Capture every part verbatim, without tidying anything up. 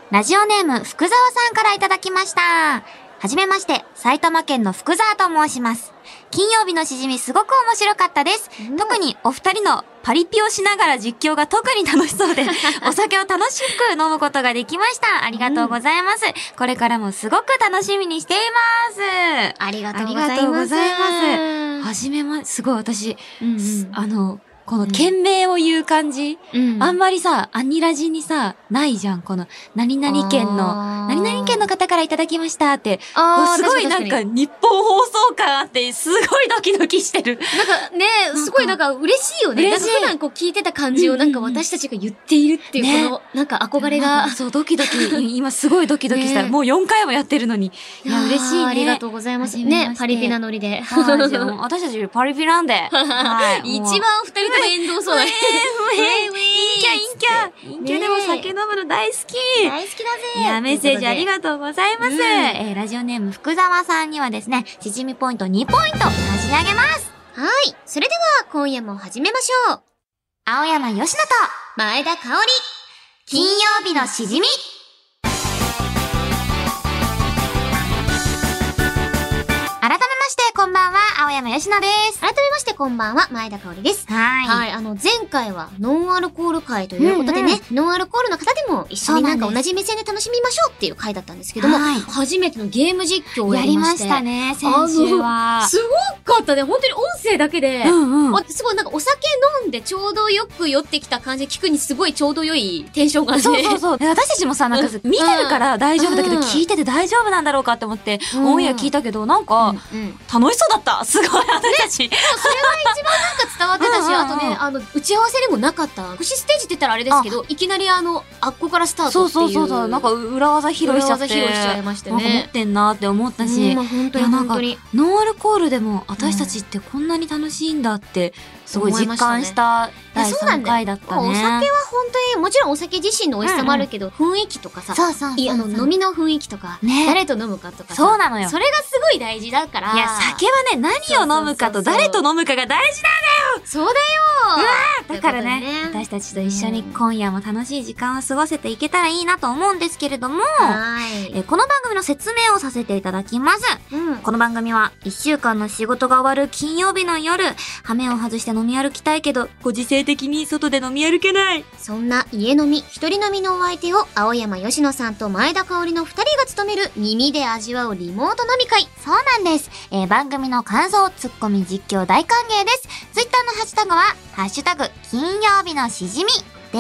ラジオネーム福沢さんからいただきました。はじめまして、埼玉県の福沢と申します。金曜日のしじみすごく面白かったです。うん、特にお二人のパリピをしながら実況が特に楽しそうで、お酒を楽しく飲むことができました。ありがとうございます。うん、これからもすごく楽しみにしています。 ありがとうございます。ありがとうございます。 はじめま、すごい私、うんうん、あの、この県名を言う感じ、うん、あんまりさ、アニラジにさ、ないじゃん。この、何々県の、何々県の方からいただきましたって、こうすごいなんか日本放送感あって、すごいドキドキしてる。 なんかね、すごいなんか嬉しいよね。嬉しい。なんか普段こう聞いてた感じをなんか私たちが言っているっていう、この、なんか憧れが。 そう、ドキドキ、今すごいドキドキした。もうよんかいもやってるのに。いや、嬉しいね。 ありがとうございます。ね、パリピなノリで。 私たちパリピなんで。 一番二人とも遠藤そうだね。 えー、陰キャ、陰キャ。陰キャでも酒飲むの大好き。 大好きだぜ。 いや、メッセージありがとうございます。えー、ラジオネーム福沢さんにはですね、しじみポイントにポイント差し上げます。 はい。それでは、今夜も始めましょう。 青山よしのと、 前田香織。 金曜日のしじみ。改めまして、こんばんは、青山よしのです。 改めまして、こんばんは、前田香織です。 はい。 はい、あの、前回は、ノンアルコール会ということでね、うんうん、ノンアルコールの方でも一緒になんか同じ目線で楽しみましょうっていう回だったんですけども、はい、初めてのゲーム実況をやりまして。 やりましたね、先週は。 すごかったね、本当に音声だけで、うんうん、すごいなんかお酒飲んでちょうどよく酔ってきた感じで聞くにすごいちょうど良いテンションがあって。 そうそうそう。私たちもさ、なんか、うん、見てるから大丈夫だけど、うん、聞いてて大丈夫なんだろうかって思って、うん、オンエア聞いたけど、なんか、うんうん、楽しそうだった。すごい、私たち。 ね、それが一番なんか伝わってたし、うんうんうん、あとね、あの、打ち合わせでもなかった。串ステージって言ったらあれですけど、いきなりあの、あっこからスタートっていう。 そうそうそう、なんか裏技披露しちゃって。裏技披露しちゃいましてね。なんか持ってんなって思ったし。 うん、本当に本当に。 ノンアルコールでも私たちってこんなに楽しいんだって、すごい実感しただいさんかいだったね。 お酒は本当に、もちろんお酒自身の美味しさもあるけど、雰囲気とかさ、 そうそうそう。 あの、飲みの雰囲気とか、誰と飲むかとかさ。 そうなのよ。 それがすごい大事だから。 いや、酒はね、何を飲むかと誰と飲むかが大事なんだよ。 そうだよ。 うわだからね、私たちと一緒に今夜も楽しい時間を過ごせていけたらいいなと思うんですけれども、 はい。 えこの番組の説明をさせていただきます。うん、この番組はいっしゅうかんの仕事が終わる金曜日の夜、羽目を外して飲み歩きたいけど、ご時世的に外で飲み歩けない。 そんな家飲み、一人飲みのお相手を青山吉野さんと前田香織の二人が務める耳で味わうリモート飲み会。 そうなんです。えー、番組の感想、ツッコミ、実況大歓迎です。ツイッターのハッシュタグは、ハッシュタグ、金曜日のしじみです。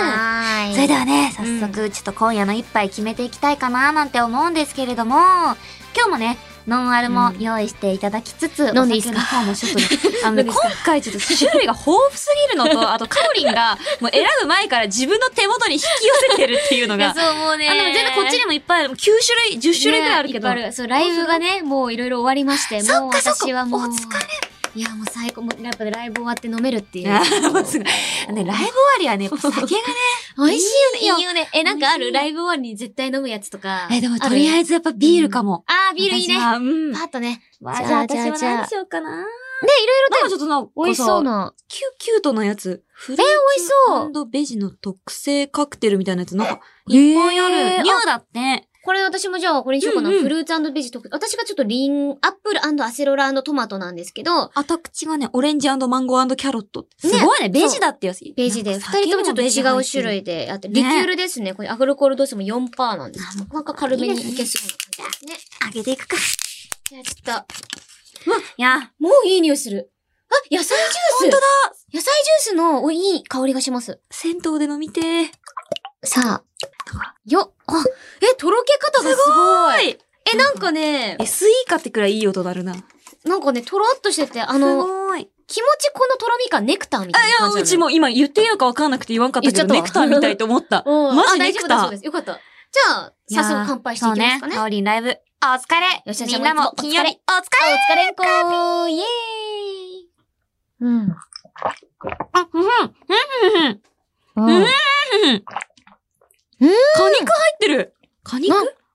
はい。 それではね、早速、ちょっと今夜の一杯決めていきたいかななんて思うんですけれども、今日もね、ノンアルも用意していただきつつ、うん、 飲んでいいですか？ お酒の方もちょっとね、あのね、今回ちょっと種類が豊富すぎるのと、あとカオリンがもう選ぶ前から自分の手元に引き寄せてるっていうのが。 そう、もうね。 あの、全然こっちにもいっぱいある。きゅう種類、じゅっ種類ぐらいあるけど。 ね、そう、ライブがね、もういろいろ終わりまして、 もう私はもう。 お疲れ。 いや、もう最高。もうやっぱライブ終わって飲めるっていう。 ね、ライブ終わりはね、酒がね、 美味しいよね。いいよね。え、なんかある？ライブ終わりに絶対飲むやつとか。 え、でもとりあえずやっぱビールかも。 あー、ビールいいね。 うん。 パッとね。 じゃあ、じゃあ私は何しようかな。ね、いろいろなんかちょっとな、 美味しそうな。 キュキュートなやつ。 え、美味しそう。 ベジの特製カクテルみたいなやつ、なんか、いっぱいある。ニューだって。 これ私もじゃあこれにしようかな。うんうん、フルーツ&ベジ特。私がちょっとリン、アップル&アセロラ&トマトなんですけど。 あた口がね、オレンジ&マンゴー&キャロット。すごいね、ベジだってやつ。 ベジで。二人ともちょっと違う種類であって、リキュールですね。これアルコール度数も よんパーセント なんです。なんか軽めにいけそうな感じですね。 開けていくか。 じゃあちょっと。うわ、いや、 もういい匂いする。あ、野菜ジュース。 ほんとだ。 野菜ジュースのいい香りがします。 銭湯で飲みてー。 さあ。よ、あ、え、とろけ方がすごい。え、なんかね、 え、スイカってくらいいい音なるな。 なんかね、とろっとしてて、あの、 すごい。 気持ちこのとろみ感ネクターみたいな感じ。 あ、いや、うちも今言っていいのか分かんなくて言わんかったけど、ネクターみたいと思った。マジネクター。 そうです。よかった。じゃあ、早速乾杯していきますかね。 カオリンライブ、お疲れ。 よし、 みんなも金曜日、お疲れ。 お疲れんこー、イェーイ。うん。 あ、ふふん、ふふふん。 うん。うん。 果肉入ってる。果肉？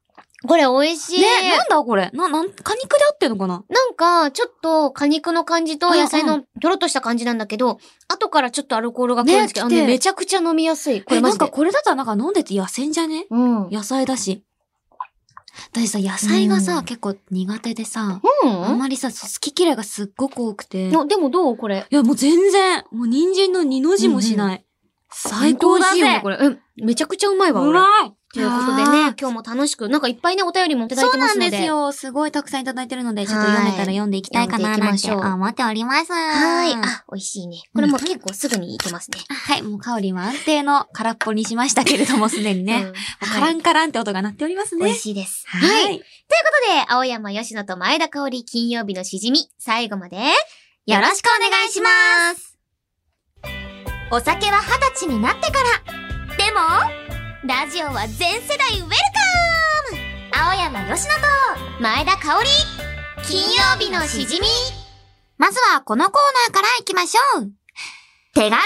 これ美味しい。 ね、なんだこれな、なん、果肉で合ってんのかな。 なんか、ちょっと果肉の感じと野菜のとろっとした感じなんだけど、後からちょっとアルコールが来るんですけど、 ねあのね、めちゃくちゃ飲みやすい。これマジで。 なんかこれだったらなんか飲んでて痩せんじゃね？ うん。 野菜だし。私さ、野菜がさ、 うん結構苦手でさ、 うんあんまりさ、好き嫌いがすっごく多くて。いのでもどうこれ。 や、もう全然、もう人参の二の字もしない。最高だぜ。 美味しいよね、これ。うん。めちゃくちゃうまいわ、俺。 うまいということでね、今日も楽しく、なんかいっぱいね、お便りもいただいてますので。 そうなんですよ。すごいたくさんいただいてるので、ちょっと読めたら読んでいきたいかなはいなんて読んでいきましょう思っております。 はい。あ、美味しいね。これも結構すぐにいけますね。 はい。もう香りは安定の空っぽにしましたけれども、すでにね。 うんもうカランカランって音が鳴っておりますね。 美味しいです。 はい。 ということで、青山吉野と前田香織金曜日のしじみ、最後まで、よろしくお願いします。お酒は二十歳になってから。でも、ラジオは全世代ウェルカム！青山吉野と前田香織金曜日のしじみ。 まずはこのコーナーから行きましょう。手軽の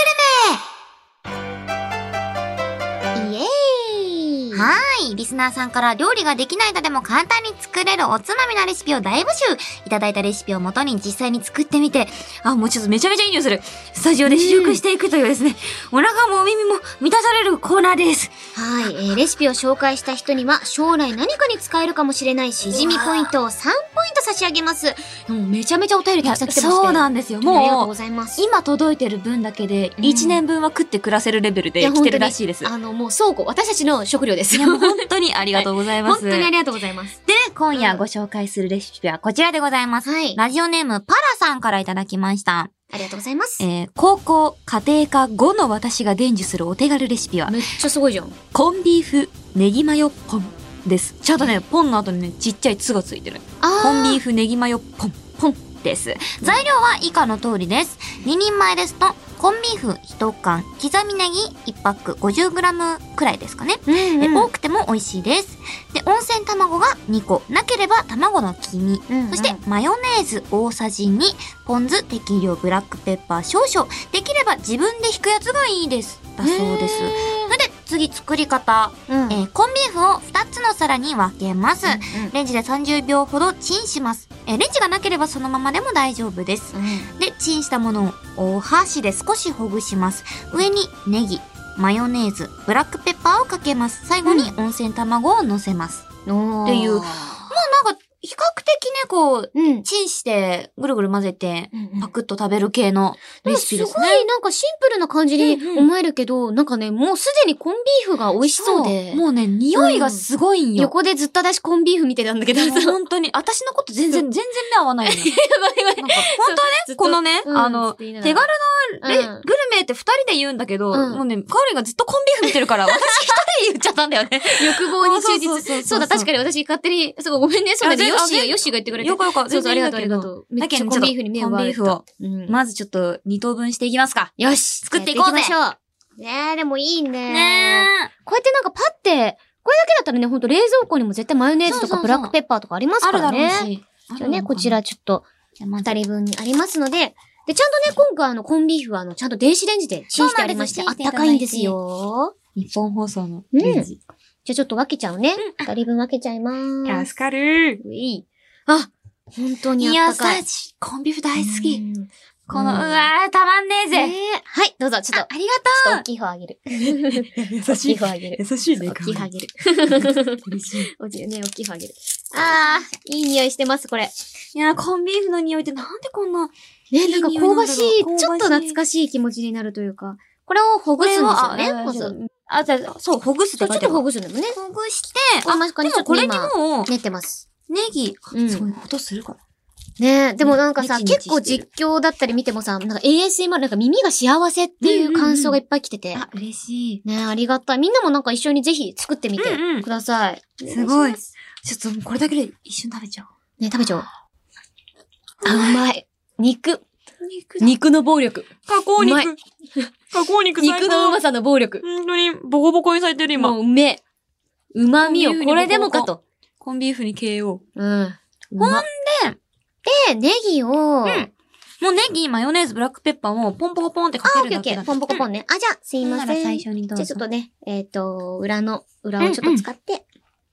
グルメ。 イエーイ。 はーい。リスナーさんから料理ができない人でも簡単に作れるおつまみなレシピを大募集。いただいたレシピをもとに実際に作ってみて、あ、もうちょっとめちゃめちゃいい匂いする。スタジオで試食していくというですね、お腹もお耳も満たされるコーナーです。 はい、えー、レシピを紹介した人には将来何かに使えるかもしれないしじみポイントをさんポイント差し上げます。もうめちゃめちゃお便りたくさん来てまして。 そうなんですよ。 もうありがとうもう、 ございます。 今届いてる分だけで、いちねんぶんは食って暮らせるレベルで来てるらしいです。 あの、もう倉庫、私たちの食料です。 いや、もう本当にありがとうございます。 本当にありがとうございます。 でね、今夜ご紹介するレシピはこちらでございます。 はい。 ラジオネームパラさんからいただきました。 ありがとうございます。 えー、高校家庭科後の私が伝授するお手軽レシピは、 めっちゃすごいじゃん。 コンビーフネギマヨポンです。ちゃんとね、ポンの後にね、ちっちゃいツがついてる。コンビーフネギマヨポン、ポンです。材料は以下の通りです。ににんまえですと、コンビーフいっかん、刻みネギいちパック ごじゅうグラム くらいですかね。 うんうんで多くても美味しいです。で、温泉卵がにこ、なければ卵の黄身、 うんうんそしてマヨネーズ大さじに、ポン酢適量、ブラックペッパー少々、できれば自分で引くやつがいいです。だそうです。それで次作り方、 うん。 えーコンビーフをふたつの皿に分けます。 うんレンジでさんじゅうびょうほどチンします。えーレンジがなければそのままでも大丈夫です。 うんで、チンしたものをお箸で少しほぐします。上にネギ、マヨネーズ、ブラックペッパーをかけます。最後に温泉卵を乗せます。 おーっていうまあなんか、比較的ね、こう、 うん。 チンして、ぐるぐる混ぜて、 うんパクッと食べる系のレシピですね。 すごいなんかシンプルな感じにうんうん思えるけど、なんかね、もうすでにコンビーフが美味しそうで。 もうね、匂いがすごいんよ。 横でずっと私コンビーフ見てたんだけどもうさ。 本当に、私のこと全然、全然目合わないのよ。 やばいやばいなんか、本当はね、このね、 うんあの、手軽なレ、 うんグルメって二人で言うんだけど、 うんもうね、カオリがずっとコンビーフ見てるから、私一人で言っちゃったんだよね。 欲望に忠そうそうそうそう実。そうだ、確かに私勝手に、そう、ごめんね、そうだね、 いや全ヨッシーが、ヨッシーが言ってくれて。 よかよか、 そうそう、ありがとう、ありがう。 とう。めだけどっちゃコンビーフに目をコンビーフを、 うんまずちょっと二等分していきますか。 よし作っていこうぜやっていきましょう。ねえ、でもいいね。 ねこうやってなんかパって、これだけだったらね、ほんと冷蔵庫にも絶対マヨネーズとそうそうそうかブラックペッパーとかありますあるだろうからね。 し。 じゃあね、こちらちょっと二二人分にありますので、で、ちゃんとね、今回あの、コンビーフはあの、ちゃんと電子レンジでチンしてありまして、 そうなんですあったかいんですよ。 日本放送のレンジ。 じゃあちょっと分けちゃうね。二人分分けちゃいまーす。 助かる。 ういあ、本当にいや、 あったかい。 さし、コンビーフ大好き。 うんこの、ううんわー、たまんねえぜ。 ねえはい、どうぞ、ちょっと、 ありがちょっとと大きい方あげる。 う。優大きい方あげる。 優しいね、 大きい方あげる。 嬉しい。 おじね、大きい方あげる。あー、いい匂いしてます、これ。 いや、コンビーフの匂いってなんでこんな、 ね、なんか香ばしい、 いい匂いなんだろうちょっと懐かしい気持ちになるというか。これをほぐすんですよね、まず。 あ、じゃあ、そう、ほぐすってそう、ちょっとほ書いてある。 ぐすのもね。 ほぐして、 あ、 あ、 まじかにちょっとでもこれに今、 もう、 練ってます。 ネギ、 うんそういうことするかな。 ねでもなんかさ、 ネチネチ結構実況だったり見てもさ、なんか エーエスエムアール、なんか耳が幸せっていう感想がいっぱい来てて。 あ、嬉しい。 ねありがたい。みんなもなんか一緒にぜひ作ってみてうんうんください。 すごいお願しますちょっとこれだけで一緒に食べちゃおう。 ね食べちゃおう。あ、うまい。肉。 肉だ。 肉の暴力。 加工うまい肉。加工肉最高肉のうまさの暴力。 本当に、ボコボコにされてる今。 もううめえ。旨味をコンビーフにこれでもかと。 コンビーフに ケーオー。 うん。 ほんで、で、ネギを、 うんもうネギ、マヨネーズ、ブラックペッパーをポンポコポンってかあ、オけるだけだ。 ッケーオッケー。ポンポコポンね。あ、じゃあ、すいません。 なら最初にどうぞ。 じゃあちょっとね、えっと、裏の、裏をちょっと使って。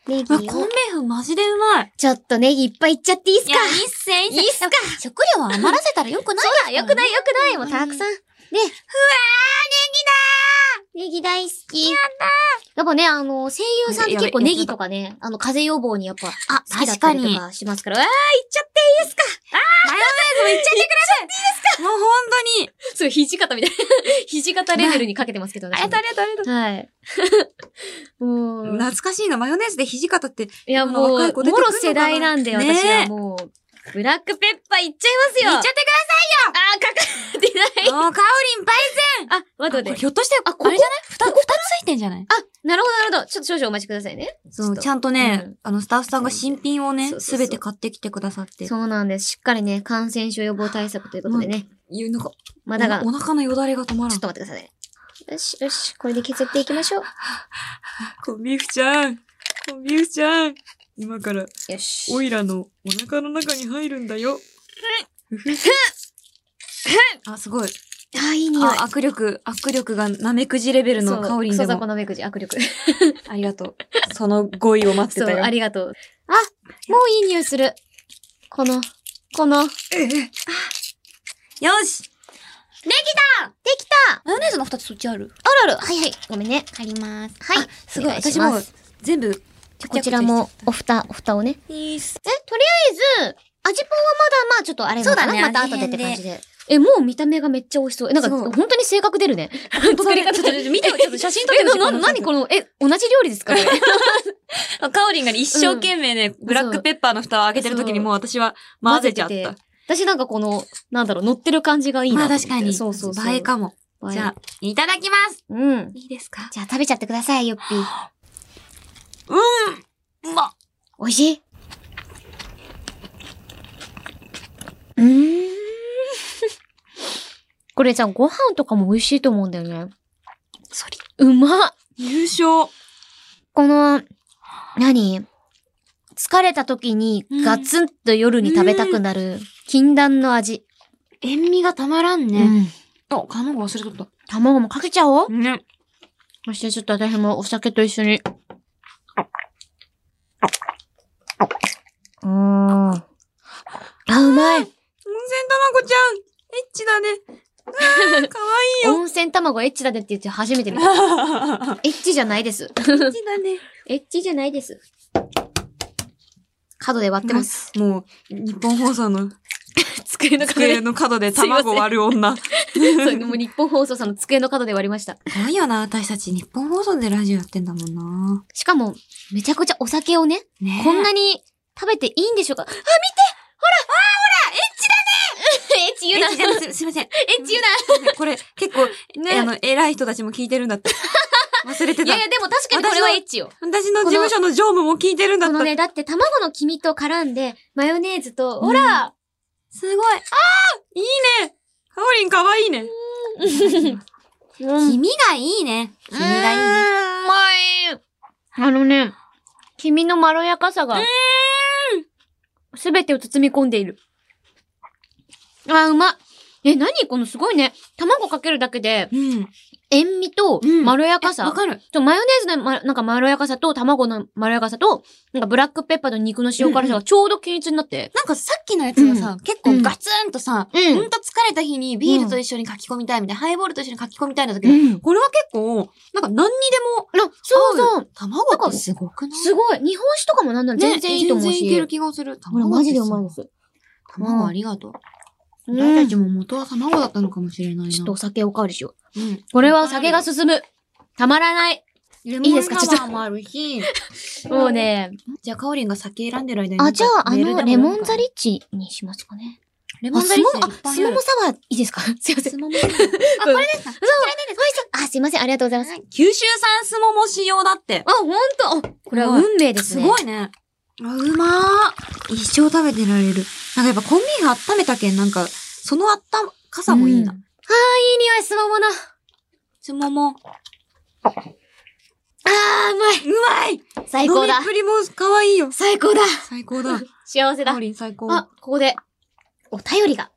ネギあ、コンビーフマジでうまい。 ちょっとネギいっぱいいっちゃっていいっすか？ いや、いいっすね、いいっすね。 いいっすか？ 食料は余らせたらよくないそうだ、よくないよくない。もうたくさん。ね。うわー、ネギだーネギ大好き。やったーやっぱね、あの、声優さんって結構ネギとかね、あの、風邪予防にやっぱ、 あ、 好きだったりとかしますから。あー、いっちゃっていいですか？あマヨネーズもいっちゃってください。いっちゃっていいですか？もう本当に。 ーそう、肘肩みたいな。肘肩レベルにかけてますけどね。 ありがとう、ありがとう、ありがとう。 はい。もう、 懐かしいな、マヨネーズで肘肩って。 いやもう、 若い子出てくるのかなもろ世代なんで、私はもう、ブラックペッパーいっちゃいますよ。 いっちゃってくあー、かかってない。 ださいよ。もう、カオリンパイセン。 あ、待って待って。 ひょっとして、 あ、ここあれじゃないふた、ふたついてんじゃない？ あ、なるほどなるほど。ちょっと少々お待ちくださいね。 そう、ちゃんとね、 うん、 あの、スタッフさんが新品をね、 そうそうそうすべて買ってきてくださって。 そうなんです。しっかりね、感染症予防対策ということでね。 いうのが、 まだが、 お腹のよだれが止まらん。 ちょっと待ってくださいね。よし、よし、これで削っていきましょう。 コンビーフちゃん。コンビーフちゃん。今から、 よし。 オイラのお腹の中に入るんだよ。あ、すごい。 あ、いい匂い。 あ、握力、握力がナメクジレベルのカオリンでそう、そこも。 のめくじ、握力。 ありがとう。その語彙を待ってそう、 たよ。 ありがとう。あ、もういい匂いする。この、この。できよしたできたマヨネーズの二つそっちある？ あるある。はいはい。ごめんね。 借ります。 はい。 すごい。 お願し私もます全部、 こちらも、お蓋、お蓋をね。 いいっす。 え、とりあえず、味ぽんはまだまあちょっとあれなのかな、 そうだねまた後でって感じで。え、もう見た目がめっちゃ美味しそう。え、なんか、 そう本当に性格出るね。作り方。 ちょっと、ちょっと見てよ、ちょっと写真撮ってえ、 ほしい。 な、な、なにこの、え、同じ料理ですかねカオリンがね、一生懸命ね、ブラックペッパーの蓋を開けてる時にもう私は混ぜちゃっ混ぜた。 て私なんかこの、なんだろう、乗ってる感じがいいなまあと思って。 確かに。 そうそうそう。 映えかも。 映えじゃあ、いただきます。 うん。 いいですか？ じゃあ食べちゃってください、よっぴー。 うんうまっ美味しい。うーん。これさ、ご飯とかも美味しいと思うんだよね。 そり。 うまっ。 優勝。 この、何疲れた時にガツンと夜に食べたくなる禁断の味。 塩味がたまらんうね。 ん。 あ、卵忘れとった。 卵もかけちゃおう。 ね。 そしてちょっと私もお酒と一緒に。うーん。あ、うまい。 温泉卵ちゃん。エッチだね。あーかわいいよ。 温泉卵エッチだねって言って初めて見た。 エエッチじゃないです。 ッチだね。 エッチじゃないです。角で割ってます。 もう、日本放送の机の角で。 机の角で卵割る女。 そう、もう日本放送さんの机の角で割りました。 すごいよな、私たち日本放送でラジオやってんだもんな。 しかも、めちゃくちゃお酒をね、 ねえ。 こんなに食べていいんでしょうか。あ、見てほらあーほらエッチだねエッチ言うな。 エッチじゃないす、すいません。 エッチ言うな。 これ、結構、 ねあの、偉い人たちも聞いてるんだって。忘れてた。 いやいや、でも確かにこれはエッチよ。 私の事務所の常務も聞いてるんだった。 このね、だって卵の黄身と絡んで、マヨネーズと、ほらすごい。あーいいね。カオリンかわいいね。 うん黄身がいいね。黄身がいいね。 うーんうまい。あのね、黄身のまろやかさが、すべてを包み込んでいる。あ、うまっ。え、なにこのすごいね。卵かけるだけで、 うん。 塩味とうんまろやかさ。 わかる。 と、マヨネーズのま、なんかまろやかさと、卵のまろやかさと、なんかブラックペッパーと肉の塩辛さがちょうど均一になって。 なんかさっきのやつがさ、 うん結構ガツンとさ、 うんほんと疲れた日にビールと一緒に書き込みたいみたいな、ハイボールと一緒に書き込みたいんだけど、 ん。 これは結構、なんか何にでも、 あ、そうそう。 卵ってすごくない？ すごい。日本酒とかもなんなら全然いいと思うし。 ね、全然いける気がする。 これマジでうまいですす。 卵ありがとう。 うん私たちも元は卵だったのかもしれないな。 ちょっとお酒おかわりしよう。 うん。 これはお酒が進む。たまらない。 いいですかちょっともあるし。 もうね。 じゃあ、カオリンが酒選んでる間に。 あ、じゃあ、あの、レモンザリ。 リッチにしますかね。 レモンザリッチあ、スモモサワーいいですかすいません。 スモモ。あ、これですか？ そう。はい、あ、すいません。ありがとうございます。 九州産スモモ使用だって。 あ、ほんと。あ、これは運命ですすね。 ごいね。あ、うまー。一生食べてられる。なんかやっぱコンビーフ温めたけん、なんか、そのあったかさもいいな。 うんあー、いい匂い、スモモの。 スモモ。 あー、うまい。 うまい最高だ飲みっ。ぷりも可愛いよ。 最高だ。 最高だ。 幸せだカオ。リン最高。 あ、ここで、お便りが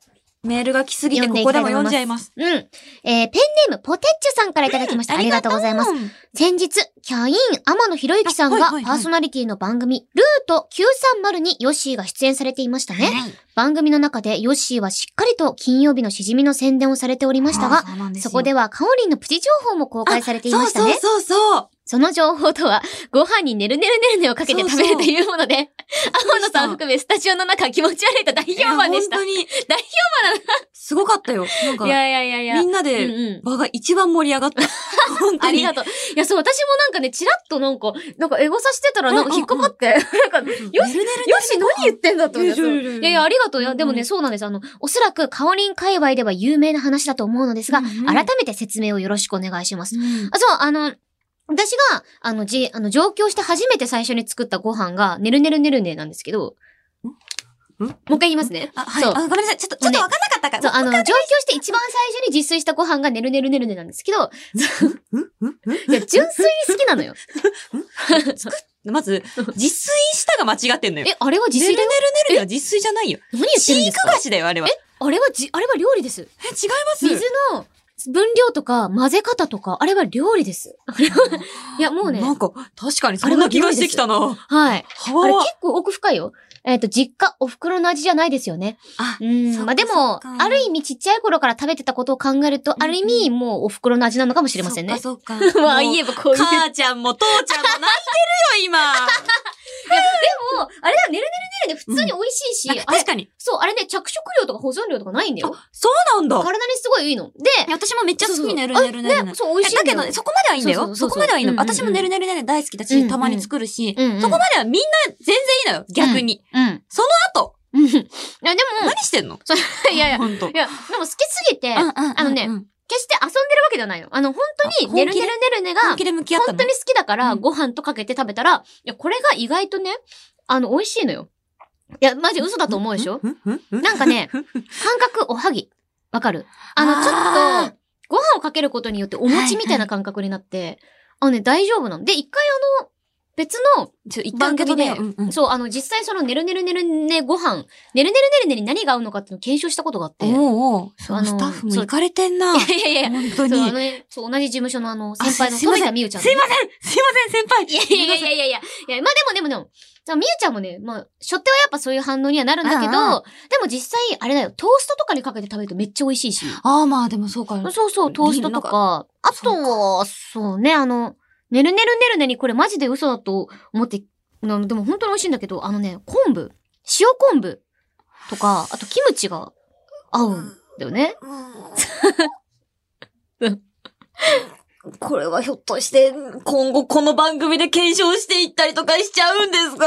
メールが来すぎてここでも読んじゃいます。 うん。えー、ペンネームポテッチュさんからいただきました。ありがとうございます。先日、キャイン天野博之さんがパーソナリティの番組、ルートきゅうさんまるにヨッシーが出演されていましたね。はい、番組の中でヨッシーはしっかりと金曜日のしじみの宣伝をされておりましたが、そ, そこではカオリンのプチ情報も公開されていましたね。 そうそうそうそう。 その情報とは、ご飯にねるねるねるねをかけて食べるというもので、天野さん含めスタジオの中気持ち悪いと大評判でした。本当に。大評判だな。 すごかったよ。なんか、 いやいやいやいや。 みんなで場が一番盛り上がった。本当に。 ありがとう。いや、そう、私もなんかね、チラッとなんか、なんかエゴさしてたらなんか引っかかって、なんか、よし、よし、何言ってんだって思って。いやいや、ありがとう。いや、でもね、そうなんです。あの、おそらくカオリン界隈では有名な話だと思うのですが、改めて説明をよろしくお願いします。あ、そう、あの、私が、あの、じ、あの、上京して初めて最初に作ったご飯が、ねるねるねるねなんですけど、んもう一回言いますね。 あ、はい。そう。あ、ごめんなさい。ちょっと、ちょっとわかんなかったから。 そう、あの、上京して一番最初に自炊したご飯がねるねるねるねなんですけど、いや、純粋に好きなのよ。 まず、自炊したが間違ってんのよ。 え、あれは自炊だよ。 ねるねるねるねは自炊じゃないよ。 何言ってるんですか？ 飼育菓子だよ、あれは。 え、あれはじ、あれは料理です。 え、違います。 水の、分量とか混ぜ方とか、あれは料理です。あれは、いや、もうね。 なんか、確かにそんな気がしてきたな。 はい。あれ結構奥深いよ。えっと、実家、お袋の味じゃないですよね。 あ、 うん。まあ、でも、ある意味ちっちゃい頃から食べてたことを考えると、ある意味もうお袋の味なのかもしれませんね。 そっかそっか。 まあ、言えばこういう。 母ちゃんも父ちゃんも泣いてるよ、今。 いや、でも、あれだ、ねるねるねるで普通に美味しいし、うん、 確かに。 そう、あれね、着色料とか保存料とかないんだよ。 あ、そうなんだ。 体にすごいいいの。で、 私もめっちゃ好きねるねるねるね。 そう、美味しいんだよ。 だけど、そこまではいいんだよ。そこまではいいの。私もねるねるねる大好きだし、たまに作るし、そこまではみんな全然いいのよ、逆に。うん。その後。 うん。いや、でも。 何してんの？ いやいや、ほんと。いや、でも好きすぎて、あのね、決して遊んでるわけではないの。あの、本当に、ねるねるねるねが、本当に好きだから、ご飯とかけて食べたら、いや、これが意外とね、あの、美味しいのよ。いや、マジ嘘だと思うでしょ？なんかね、感覚おはぎ。わかる？あの、ちょっと、ご飯をかけることによってお餅みたいな感覚になって、あのね、大丈夫なの。で、一回あの、別の番組で、うんうん、そう、あの、実際そのねるねるねるねご飯、ねるねるねるねに何が合うのかっていうのを検証したことがあって。 おうおう、あの、スタッフも行かれてんな。 いやいやいや、 本当に。 そう、あのね、そう、同じ事務所のあの、先輩の富田美優ちゃん、 ね。すいませんすいません先輩いやいやいやいやいやいや、まあでもでもでも、美優ちゃんもね、まあ、初手はやっぱそういう反応にはなるんだけど、ああでも実際、あれだよ、トーストとかにかけて食べるとめっちゃ美味しいし。 ああ、まあでもそうか。 そうそう、トーストとか、あと、そうね、あの、ねるねるねるねにこれマジで嘘だと思って、でも本当に美味しいんだけど、あのね、昆布、塩昆布とか、あとキムチが合うんだよね。 これはひょっとして今後この番組で検証していったりとかしちゃうんですか？私ねるねる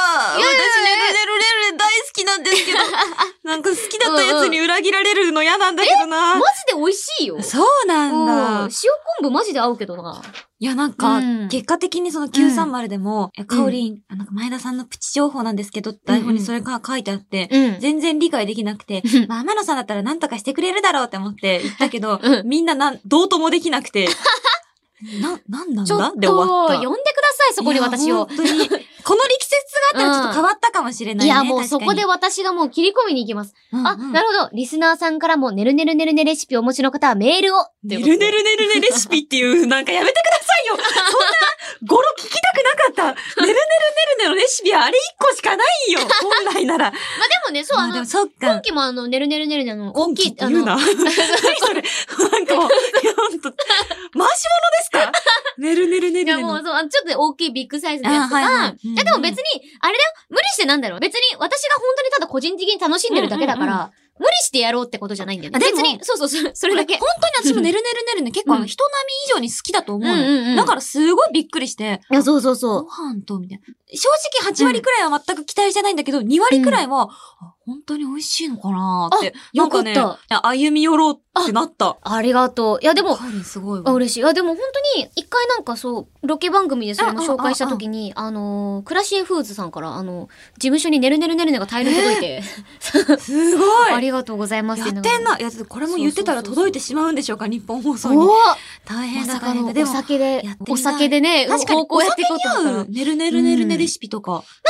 ねる大好きなんですけど、なんか好きだったやつに裏切られるの嫌なんだけどな。 マジで美味しいよ。 そうなんだ。 塩昆布マジで合うけどな。 いや、なんか、うん、結果的にそのきゅうさんまるでも、うん、かおりん、なんか前田さんのプチ情報なんですけど、台本にそれが書いてあって、うん、全然理解できなくて、うん、まあ、天野さんだったら何とかしてくれるだろうって思って言ったけど、うん、みんななん、どうともできなくて、な、なんなんだで終わった。 呼んでください、そこに私を。 本当に。この力説があったらちょっと変わったかもしれないね。 いや、もうそこで私がもう切り込みに行きます。うんうん、あ、なるほど。リスナーさんからもねるねるねるねレシピをお持ちの方はメールを。 ねるねるねるねレシピっていう、なんかやめてくださいよ。そんな、語呂聞きたくなかった。ねるねるねるねのレシピはあれいっこしかないよ。本来なら。まあでもね、そう、あの、そっか今期もあの、ねるねるねるねの大きい、 あの、言うな。何それ。なんかもう、ほんと、回し物ですか？ねるねるねるね。 いやもうそう、ちょっと大きいビッグサイズのやつが、はいはい、いやでも別に、あれだよ、無理してなんだろう。別に私が本当にただ個人的に楽しんでるだけだから、うんうんうん、無理してやろうってことじゃないんだよね。別に、そうそうそ、それだけ。 本当に私もねるねるねるね、結構あの人並み以上に好きだと思うの、うんうんうん。だからすごいびっくりして。 いや、そうそうそう。 ご飯と、みたいな。正直はちわりくらいは全く期待してないんだけど、うん、にわりくらいは、あ、本当に美味しいのかなーって。 よかった。 なんかね、歩み寄ろうってなった。 ありがとう。いやでも、 すごいわ。 あ、嬉しい。いやでも本当に、一回なんかそう、ロケ番組でそれも紹介したときに、あのー、クラシエフーズさんから、あの、事務所にねるねるねるねが大量に届いて。 すごい。 ありがとうございます。 やってんな。いや、これも言ってたら届いてしまうんでしょうか、日本放送に。 お大変だ、 まさかのお酒で、お酒でね、 確かに、お酒に合うねるねるねるねレシピとか。 なん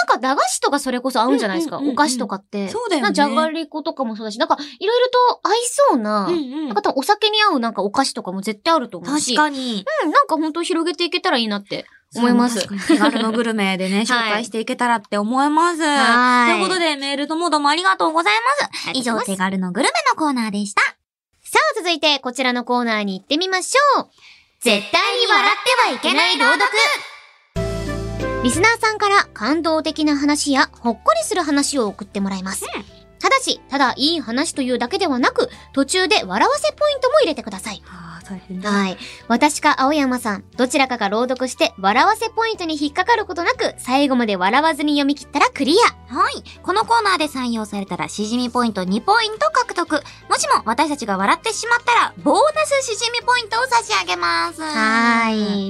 か駄菓子とかそれこそ合うんじゃないですか、 うんうんうんうんお菓子とかって。 そうだよね。 なんかじゃがりことかもそうだし、なんかいろいろと合いそうな、 うんうん、 なんか多分お酒に合うなんかお菓子とかも絶対あると思うし。 確かに。 うん、なんか本当広げていけたらいいなって思います。 手軽のグルメでね、紹介していけたらって思います。 はい。 ということで、メールともどもありがとうございます。以上、手軽のグルメのコーナーでした。 さあ、続いて、こちらのコーナーに行ってみましょう。絶対に笑ってはいけない朗読。リスナーさんから感動的な話やほっこりする話を送ってもらいます。うん、ただし、ただいい話というだけではなく、途中で笑わせポイントも入れてください。 はあ、大変だ。 はい。私か青山さん、どちらかが朗読して、笑わせポイントに引っかかることなく、最後まで笑わずに読み切ったらクリア。 はい。このコーナーで採用されたら、しじみポイントにポイント獲得。もしも私たちが笑ってしまったら、ボーナスしじみポイントを差し上げます。 はい。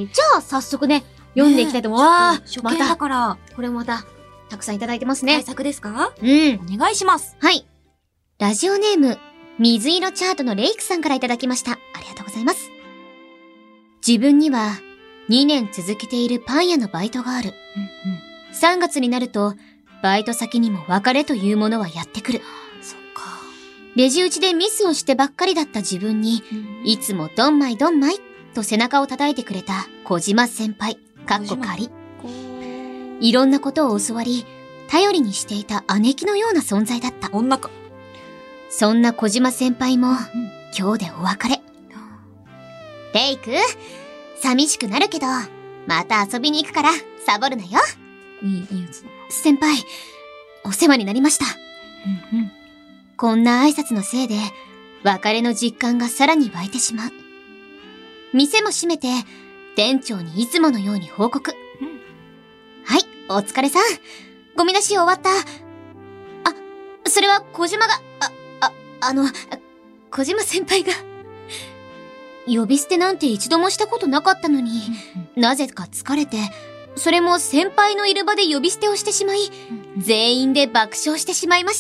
じゃあ、早速ね、読んでいきたいと思います。 初見だから、 これまた、たくさんいただいてますね。 対策ですか？ うん。 お願いします。 はい。ラジオネーム、水色チャートのレイクさんからいただきました。ありがとうございます。自分には、にねん続けているパン屋のバイトがある。うんうん、さんがつになると、バイト先にも別れというものはやってくる。 そっか。 レジ打ちでミスをしてばっかりだった自分に、うん、いつもどんまいどんまいと背中を叩いてくれた小島先輩。かっこ仮。いろんなことを教わり、頼りにしていた姉貴のような存在だった。 女か。 そんな小島先輩も、うん、今日でお別れ。レイク、寂しくなるけど、また遊びに行くから、サボるなよ。 いい、いいやつだ。 先輩、お世話になりました。うんうん、こんな挨拶のせいで、別れの実感がさらに湧いてしまう。店も閉めて、店長にいつものように報告。うん、はい、お疲れさん。ゴミ出し終わった。あ、それは小島が、あ、あ、あの、小島先輩が、呼び捨てなんて一度もしたことなかったのに、うん、なぜか疲れて、それも先輩のいる場で呼び捨てをしてしまい、うん、全員で爆笑してしまいました。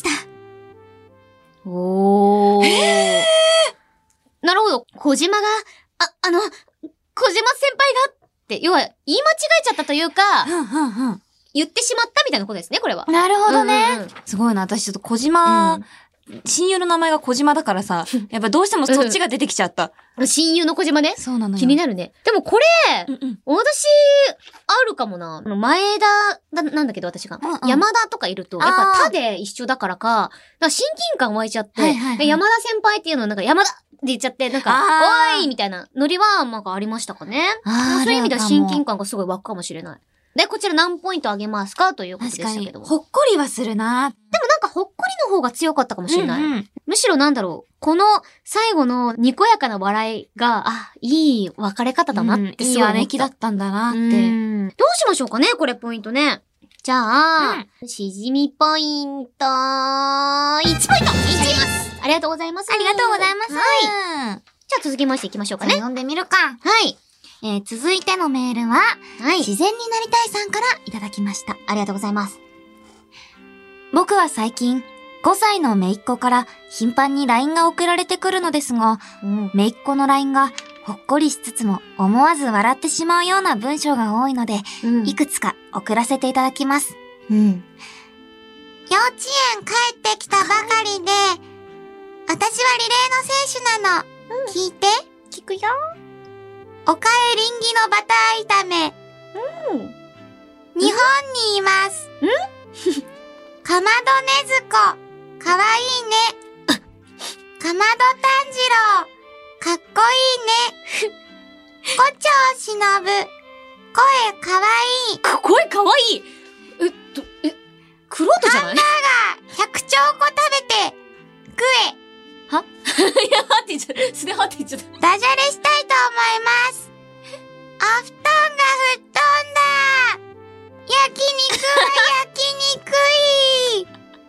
おー。えー、なるほど。小島が、あ、あの、小島先輩がって、要は言い間違えちゃったというか、 うんうんうん、 言ってしまったみたいなことですね、これは。 なるほどね。うんうん、すごいな。私ちょっと小島、うん、親友の名前が小島だからさ、やっぱどうしてもそっちが出てきちゃった。 うん、親友の小島ね。 そうなのよ。 気になるね。でもこれ、うんうん、私、あるかもな。前田だ、なんだけど私が、うんうん。山田とかいると、やっぱ他で一緒だからか、だから親近感湧いちゃって、はいはいはい、山田先輩っていうのはなんか山田って言っちゃって、なんか、おーいみたいなノリは、なんかありましたかね。あそういう意味では親近感がすごい湧くかもしれない。で、こちら何ポイントあげますかということでしたけども。 ほっこりはするな。 でもなんかほっこりの方が強かったかもしれない。うんうん、むしろなんだろう。この最後のにこやかな笑いが、あ、いい別れ方だなってすごい思った。 うん、いい姉貴だったんだなって。 どうしましょうかねこれポイントね。じゃあ、うん、しじみポイント、いちポイントいちありがとうございます。 ありがとうございます。 はい。じゃあ続きましていきましょうかね。 読んでみるか。 はい。 えー、続いてのメールは、はい、自然になりたいさんからいただきました。 ありがとうございます。 僕は最近、ごさいの姪っ子から頻繁に ライン が送られてくるのですが、うん、姪っ子の ライン がほっこりしつつも思わず笑ってしまうような文章が多いので、うん、いくつか送らせていただきます。うん、幼稚園帰ってきたばかりで、私はリレーの選手なの。うん、聞いて。 聞くよ。 おかえりんぎのバター炒め。うん。日本にいます。んかまどねずこ。かわいいね。かまど炭治郎。かっこいいね。胡蝶しのぶ。声かわいい。 声かわいいえっと、え、クロートじゃない？ ハンバーガーひゃくちょうこ食べて、食え。 はいや、はって言っちゃった。素ではって言っちゃった。 ダジャレしたいと思います。お布団が吹っ飛んだ。焼肉は焼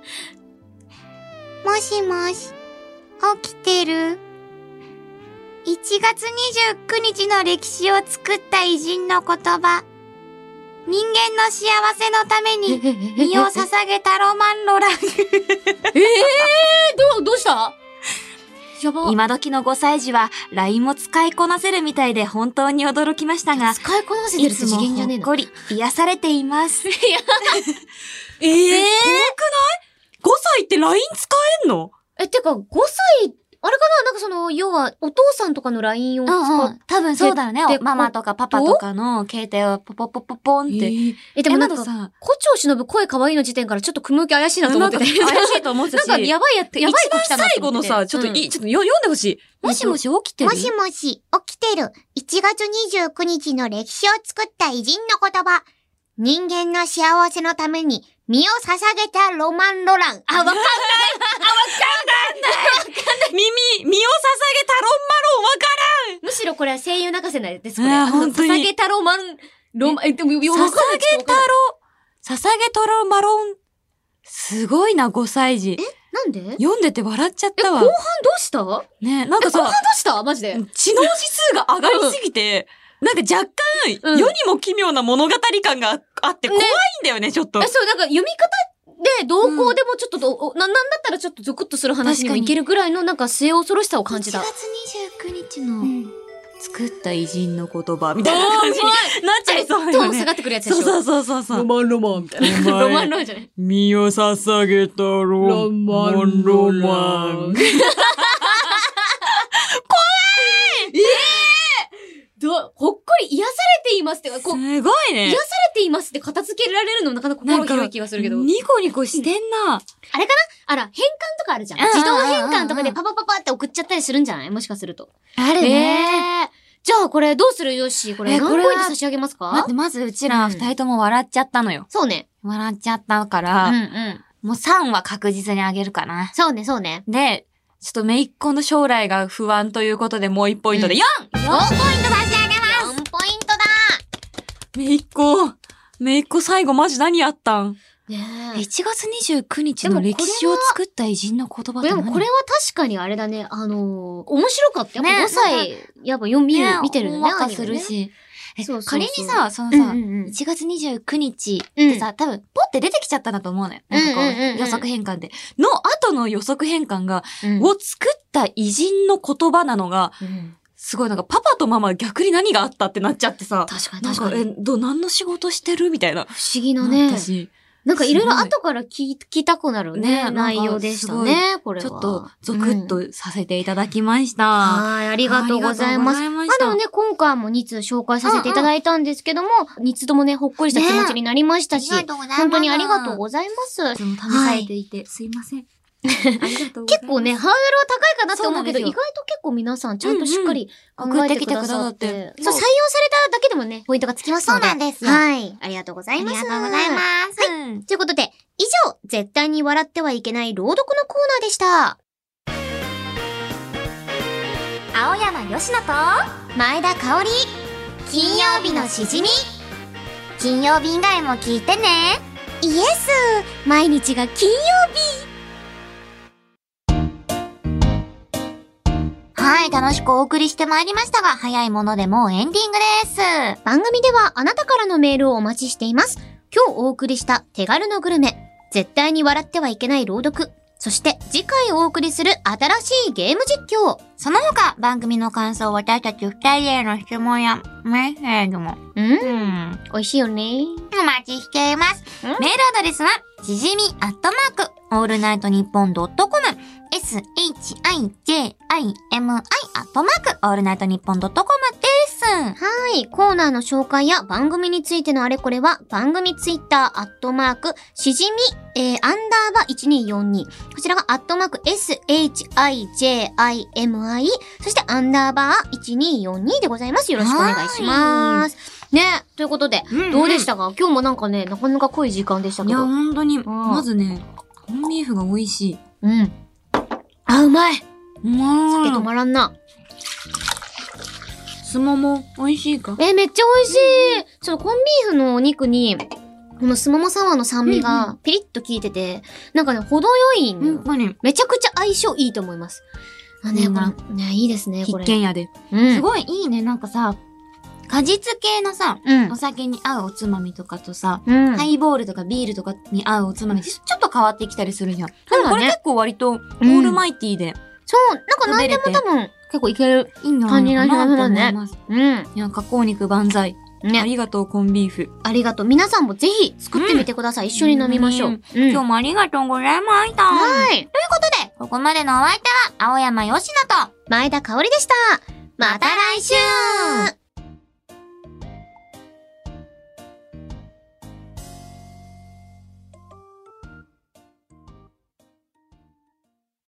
肉い。もしもし、起きてる？いちがつにじゅうくにちの歴史を作った偉人の言葉。人間の幸せのために身を捧げたロマンロラン。 ええー、どう、どうした？ やば。 今時のごさい児は ライン も使いこなせるみたいで本当に驚きましたが、 使いこなせてるって次元じゃねえの。 いつもほっこり癒されています。 いや。ええー。 怖くない ?ご 歳って ライン 使えんの？ え、てか、ごさい、あれかななんかその、要は、お父さんとかの ライン を使うんうっん。多分そうだよねで。 ママとかパパとかの携帯をポポポポポンって。 ええ、でもなんか、 えさ、 胡蝶忍声可愛いの時点からちょっと雲行き怪しいなと思ってて。 なんか怪しいと思ってたし。 なんかやばいやって、やばい子来たな最後のさ、ちょっといい、ちょっとよ読んでほしい。 もしもし起きてる？ もしもし、起きてる。いちがつにじゅうくにちの歴史を作った偉人の言葉。人間の幸せのために身を捧げたロマンロラン。 あ、わかんない。 耳、身を捧げたロンマロンわからん。 むしろこれは声優泣かせないです、これ。 いやあの本当に捧げたロマン、ロマン、え、でも、よ捧げたろ、捧げたろマロン。すごいな、ごさい児。 なんでえ、 読んでて笑っちゃったわ。 後半どうしたね、なんかえ、後半さ、 どうしたマジで。 知能指数が上がりすぎて、なんか若干、 うん世にも奇妙な物語感があって怖いんだよね、ちょっとえ、。そう、なんか読み方で、同行でもちょっとど、おな、なんだったらちょっとゾクッとする話にもいけるぐらいのなんか末恐ろしさを感じた。 いちがつにじゅうくにちのうん作った偉人の言葉みみたいな感じになっちゃいそうよね。 トーン下がってくるやつでしょ。 そうそうそうそうそう。 マンロマンみたいな。 お前ロマンロマンじゃない。 身を捧げたロロマンロマンど、ほっこり癒されていますってか、こう、 すごいね癒さ。れていますって片付けられるのなかなか心広い気がするけど。 ニコニコしてんな。 あれかなあら、変換とかあるじゃん。 うんうんうんうん自動変換とかでパパパパって送っちゃったりするんじゃないもしかすると。 あるへね。 ーじゃあこれどうするよし、これえこれは何ポイント差し上げますか待って、まずうちら二人とも笑っちゃったのよ。 そうね。 笑っちゃったかうんら、 うん。 もうさんは確実にあげるかな。 そうね、そうね。 で、ちょっと姪っ子の将来が不安ということでもういちポイントでうんよん、 よんポイント差し上げます。よんポイントだ。 めいっ子、めいっ子最後マジ何やったん？ ねいちがつにじゅうくにちの歴史を作った偉人の言葉って何？ でもこれは確かにあれだね、あのー、面白かった。やっぱねごさい、やっぱ読み、 ね見てるのね。 ほんわかアニメねするし。えそうそうそう仮にさ、そのさ、 うんうんうんいちがつにじゅうくにちってさ、多分、ポって出てきちゃったんだと思うのよ。なんかこう、 うんうんうんうん予測変換で。の後の予測変換が、 うんを作った偉人の言葉なのが、 うんすごいなんかパパとママ逆に何があったってなっちゃってさ。 確かになんか、え、 確かに。 ど、何の仕事してるみたいな。 不思議ななねった。し。 なんかいろいろすごい後から聞い聞きたくなるね、 ね内容でしたね、これは。 ちょっと、ゾクッうんとさせていただきました。 はい、ありがとうございます。 ありがとうございましたまあでもね、今回もにつう紹介させていただいたんですけども、につともね、ほっこりした気持ちになりましたし、 ありがとうございます。 本当にありがとうございます。 でも試されていて、すいません。ありがとうございます。 結構ね、ハードルは高いかなって思うけど、意そうなんですよ外と結構皆さんちゃんとしっかり考えてくださって。 うんうん送ってきてくださってそう、採用されただけでもね、ポイントがつきますので。 そうなんですよはい。ありがとうございます。 ありがとうございます。 ということで、以上、絶対に笑ってはいけない朗読のコーナーでした。 青山よしのと前田香織金曜日のしじみ金曜日以外も聞いてね。イエス毎日が金曜日。はい、楽しくお送りしてまいりましたが、早いものでもうエンディングです。 番組ではあなたからのメールをお待ちしています。今日お送りした手軽のグルメ、絶対に笑ってはいけない朗読、そして次回お送りする新しいゲーム実況。 その他、番組の感想、私たち二人への質問やメッセージも、 うんうん、 美味しいよね。 お待ちしています。 うんメールアドレスは、しじみアットマーク、オールナイトニッポンドットコム、エスエイチアイジェイアイエムアイ アットマーク、オールナイトニッポンドットコムです。 はい。コーナーの紹介や番組についてのあれこれは、番組ツイッター、アットマーク、しじみ、えー、アンダーバーいちにーよんに。こちらが、アットマーク、エスエイチアイジェイアイエムアイ。そして、アンダーバーいちにーよんにでございます。よろしくお願いします。ね。ということで、 うんうんどうでしたか今日もなんかね、なかなか濃い時間でしたいや、 けど。 本当に、 んまずね、コンビーフが美味しい。 うん。あ、うまい。 うま酒止まらんな。 すもも美味しいか？ えーめっちゃ美味しい。そのコンビーフのお肉に、このスモモサワーの酸味うんがピリッと効いてて、なんかね、程よいのよ本当に。 めちゃくちゃ相性いいと思います。あね、 いいなこれ、ね、いいですね、これ。 必見やで。 うん。 すごいいいね。なんかさ、果実系のさ、 うんお。酒に合うおつまみとかとさ、 うん。 ハイボールとかビールとかに合うおつまみってちょっと変わってきたりするじゃん。でそうだねもこれ結構割とオールマイティーでそう、なんか何でも多分結構いける感じがしますね。うん。 いや、加工肉万歳。ね。ありがとう、コンビーフ。 ありがとう。皆さんもぜひ作ってみてください。うん、一緒に飲みましょう。うんうん、今日もありがとうございました。 はい。ということで、ここまでのお相手は、青山よしのと、 前田香織でした。また来週